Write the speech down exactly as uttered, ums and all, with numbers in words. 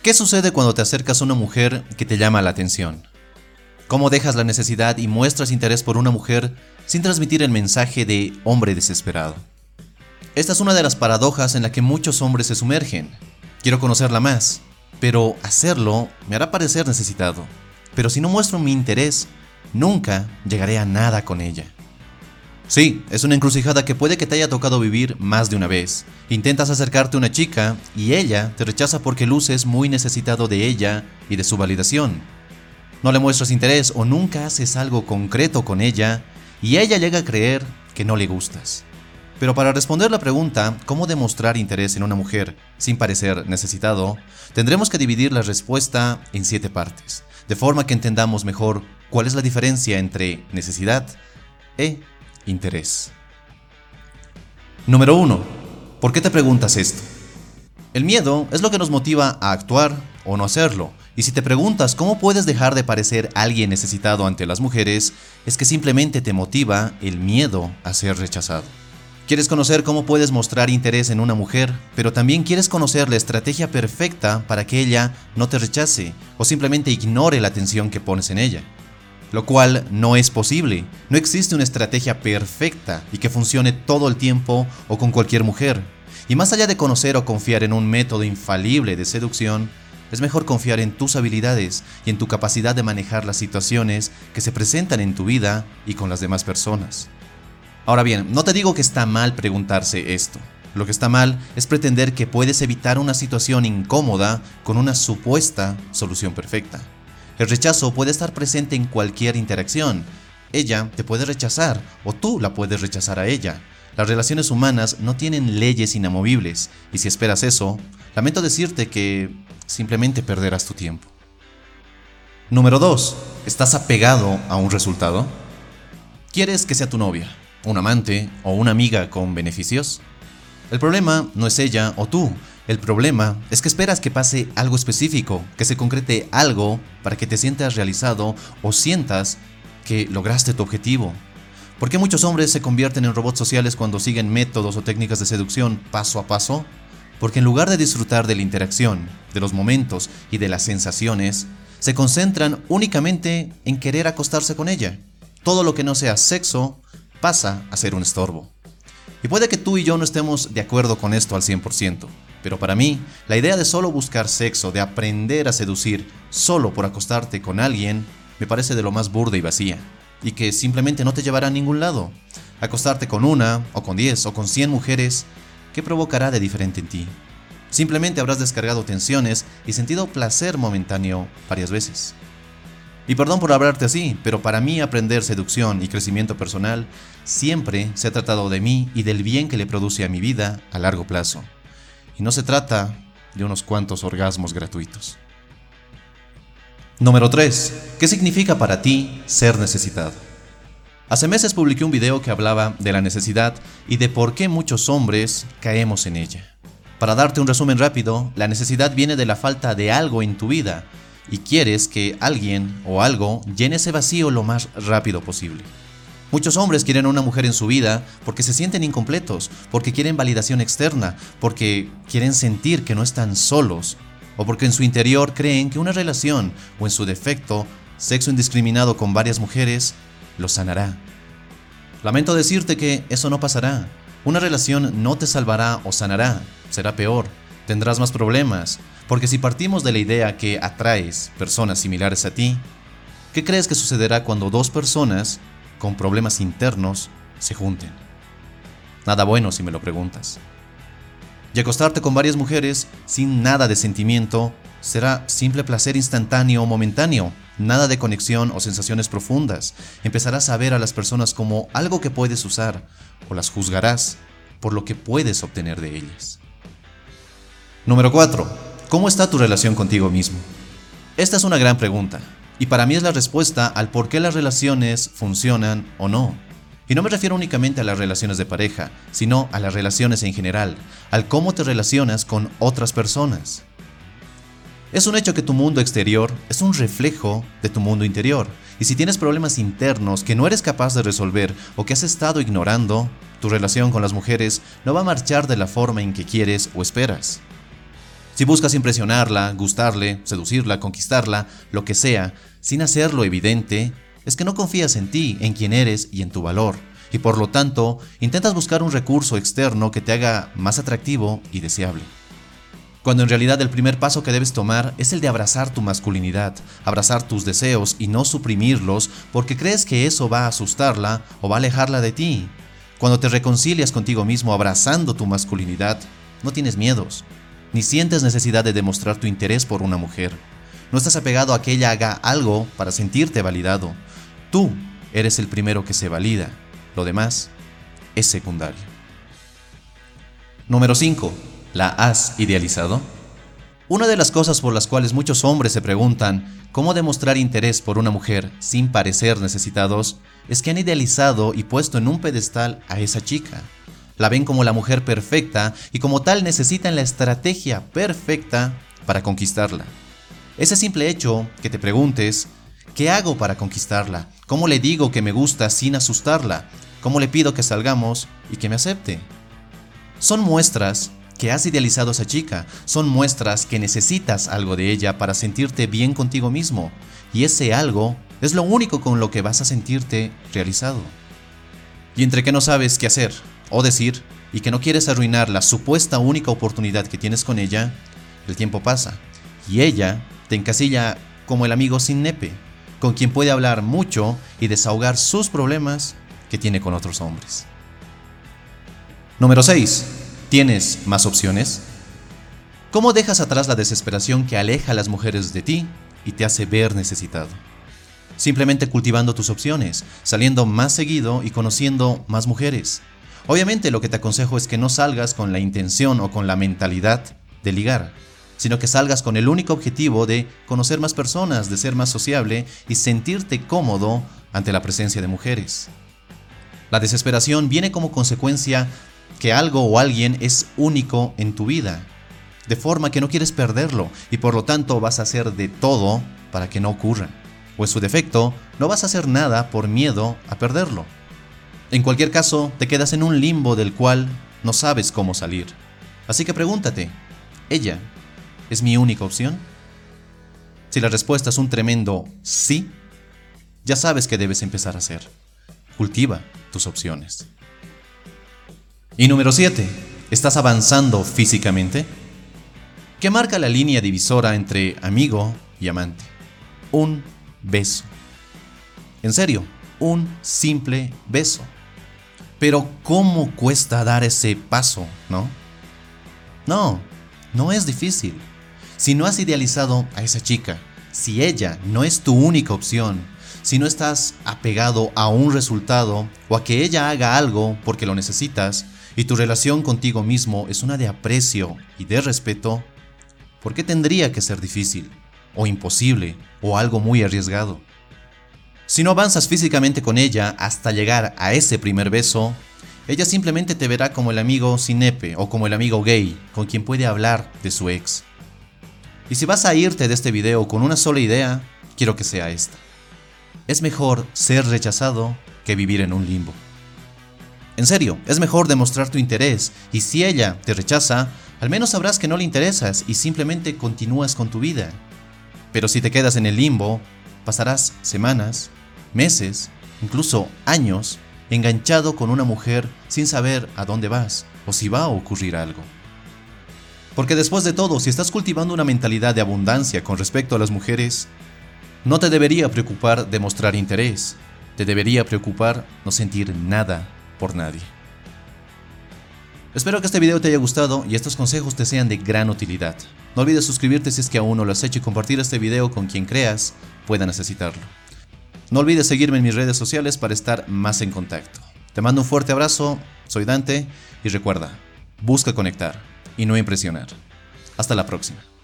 ¿Qué sucede cuando te acercas a una mujer que te llama la atención? ¿Cómo dejas la necesidad y muestras interés por una mujer sin transmitir el mensaje de hombre desesperado? Esta es una de las paradojas en la que muchos hombres se sumergen. Quiero conocerla más, pero hacerlo me hará parecer necesitado. Pero si no muestro mi interés, nunca llegaré a nada con ella. Sí, es una encrucijada que puede que te haya tocado vivir más de una vez. Intentas acercarte a una chica y ella te rechaza porque luces muy necesitado de ella y de su validación. No le muestras interés o nunca haces algo concreto con ella y ella llega a creer que no le gustas. Pero para responder la pregunta, ¿cómo demostrar interés en una mujer sin parecer necesitado? Tendremos que dividir la respuesta en siete partes, de forma que entendamos mejor cuál es la diferencia entre necesidad e interés. Número uno. ¿Por qué te preguntas esto? El miedo es lo que nos motiva a actuar o no hacerlo. Y si te preguntas cómo puedes dejar de parecer alguien necesitado ante las mujeres, es que simplemente te motiva el miedo a ser rechazado. Quieres conocer cómo puedes mostrar interés en una mujer, pero también quieres conocer la estrategia perfecta para que ella no te rechace o simplemente ignore la atención que pones en ella. Lo cual no es posible. No existe una estrategia perfecta y que funcione todo el tiempo o con cualquier mujer. Y más allá de conocer o confiar en un método infalible de seducción, es mejor confiar en tus habilidades y en tu capacidad de manejar las situaciones que se presentan en tu vida y con las demás personas. Ahora bien, no te digo que está mal preguntarse esto. Lo que está mal es pretender que puedes evitar una situación incómoda con una supuesta solución perfecta. El rechazo puede estar presente en cualquier interacción. Ella te puede rechazar o tú la puedes rechazar a ella. Las relaciones humanas no tienen leyes inamovibles y si esperas eso, lamento decirte que simplemente perderás tu tiempo. Número dos. ¿Estás apegado a un resultado? ¿Quieres que sea tu novia, un amante o una amiga con beneficios? El problema no es ella o tú. El problema es que esperas que pase algo específico, que se concrete algo para que te sientas realizado o sientas que lograste tu objetivo. ¿Por qué muchos hombres se convierten en robots sociales cuando siguen métodos o técnicas de seducción paso a paso? Porque en lugar de disfrutar de la interacción, de los momentos y de las sensaciones, se concentran únicamente en querer acostarse con ella. Todo lo que no sea sexo pasa a ser un estorbo. Y puede que tú y yo no estemos de acuerdo con esto al cien por ciento. Pero para mí, la idea de solo buscar sexo, de aprender a seducir solo por acostarte con alguien, me parece de lo más burda y vacía, y que simplemente no te llevará a ningún lado. Acostarte con una, o con diez, o con cien mujeres, ¿qué provocará de diferente en ti? Simplemente habrás descargado tensiones y sentido placer momentáneo varias veces. Y perdón por hablarte así, pero para mí aprender seducción y crecimiento personal siempre se ha tratado de mí y del bien que le produce a mi vida a largo plazo. Y no se trata de unos cuantos orgasmos gratuitos. Número tres. ¿Qué significa para ti ser necesitado? Hace meses publiqué un video que hablaba de la necesidad y de por qué muchos hombres caemos en ella. Para darte un resumen rápido, la necesidad viene de la falta de algo en tu vida y quieres que alguien o algo llene ese vacío lo más rápido posible. Muchos hombres quieren a una mujer en su vida porque se sienten incompletos, porque quieren validación externa, porque quieren sentir que no están solos, o porque en su interior creen que una relación, o en su defecto, sexo indiscriminado con varias mujeres, los sanará. Lamento decirte que eso no pasará. Una relación no te salvará o sanará, será peor, tendrás más problemas, porque si partimos de la idea que atraes personas similares a ti, ¿qué crees que sucederá cuando dos personas con problemas internos se junten? Nada bueno si me lo preguntas. Y acostarte con varias mujeres sin nada de sentimiento será simple placer instantáneo o momentáneo, nada de conexión o sensaciones profundas. Empezarás a ver a las personas como algo que puedes usar o las juzgarás por lo que puedes obtener de ellas. Número cuatro. ¿Cómo está tu relación contigo mismo? Esta es una gran pregunta. Y para mí es la respuesta al por qué las relaciones funcionan o no. Y no me refiero únicamente a las relaciones de pareja, sino a las relaciones en general, al cómo te relacionas con otras personas. Es un hecho que tu mundo exterior es un reflejo de tu mundo interior. Y si tienes problemas internos que no eres capaz de resolver o que has estado ignorando, tu relación con las mujeres no va a marchar de la forma en que quieres o esperas. Si buscas impresionarla, gustarle, seducirla, conquistarla, lo que sea, sin hacerlo evidente, es que no confías en ti, en quién eres y en tu valor, y por lo tanto, intentas buscar un recurso externo que te haga más atractivo y deseable. Cuando en realidad el primer paso que debes tomar es el de abrazar tu masculinidad, abrazar tus deseos y no suprimirlos porque crees que eso va a asustarla o va a alejarla de ti. Cuando te reconcilias contigo mismo abrazando tu masculinidad, no tienes miedos, ni sientes necesidad de demostrar tu interés por una mujer. No estás apegado a que ella haga algo para sentirte validado. Tú eres el primero que se valida, lo demás es secundario. Número cinco. ¿La has idealizado? Una de las cosas por las cuales muchos hombres se preguntan cómo demostrar interés por una mujer sin parecer necesitados es que han idealizado y puesto en un pedestal a esa chica. La ven como la mujer perfecta y como tal necesitan la estrategia perfecta para conquistarla. Ese simple hecho que te preguntes, ¿qué hago para conquistarla? ¿Cómo le digo que me gusta sin asustarla? ¿Cómo le pido que salgamos y que me acepte? Son muestras que has idealizado a esa chica, son muestras que necesitas algo de ella para sentirte bien contigo mismo, y ese algo es lo único con lo que vas a sentirte realizado. Y entre que no sabes qué hacer o decir, y que no quieres arruinar la supuesta única oportunidad que tienes con ella, el tiempo pasa, y ella te encasilla como el amigo sin nepe, con quien puede hablar mucho y desahogar sus problemas que tiene con otros hombres. Número seis. ¿Tienes más opciones? ¿Cómo dejas atrás la desesperación que aleja a las mujeres de ti y te hace ver necesitado? Simplemente cultivando tus opciones, saliendo más seguido y conociendo más mujeres. Obviamente lo que te aconsejo es que no salgas con la intención o con la mentalidad de ligar, sino que salgas con el único objetivo de conocer más personas, de ser más sociable y sentirte cómodo ante la presencia de mujeres. La desesperación viene como consecuencia que algo o alguien es único en tu vida, de forma que no quieres perderlo y por lo tanto vas a hacer de todo para que no ocurra, o en su defecto, no vas a hacer nada por miedo a perderlo. En cualquier caso, te quedas en un limbo del cual no sabes cómo salir. Así que pregúntate, ¿ella es mi única opción? Si la respuesta es un tremendo sí, ya sabes qué debes empezar a hacer. Cultiva tus opciones. Y número siete. ¿Estás avanzando físicamente? ¿Qué marca la línea divisora entre amigo y amante? Un beso. En serio, un simple beso. Pero ¿cómo cuesta dar ese paso, no? No, no es difícil. Si no has idealizado a esa chica, si ella no es tu única opción, si no estás apegado a un resultado o a que ella haga algo porque lo necesitas, y tu relación contigo mismo es una de aprecio y de respeto, ¿por qué tendría que ser difícil, o imposible, o algo muy arriesgado? Si no avanzas físicamente con ella hasta llegar a ese primer beso, ella simplemente te verá como el amigo sin nepe o como el amigo gay con quien puede hablar de su ex. Y si vas a irte de este video con una sola idea, quiero que sea esta. Es mejor ser rechazado que vivir en un limbo. En serio, es mejor demostrar tu interés y si ella te rechaza, al menos sabrás que no le interesas y simplemente continúas con tu vida. Pero si te quedas en el limbo, pasarás semanas, meses, incluso años, enganchado con una mujer sin saber a dónde vas o si va a ocurrir algo. Porque después de todo, si estás cultivando una mentalidad de abundancia con respecto a las mujeres, no te debería preocupar demostrar interés, te debería preocupar no sentir nada por nadie. Espero que este video te haya gustado y estos consejos te sean de gran utilidad. No olvides suscribirte si es que aún no lo has hecho y compartir este video con quien creas pueda necesitarlo. No olvides seguirme en mis redes sociales para estar más en contacto. Te mando un fuerte abrazo, soy Dante y recuerda, busca conectar y no impresionar. Hasta la próxima.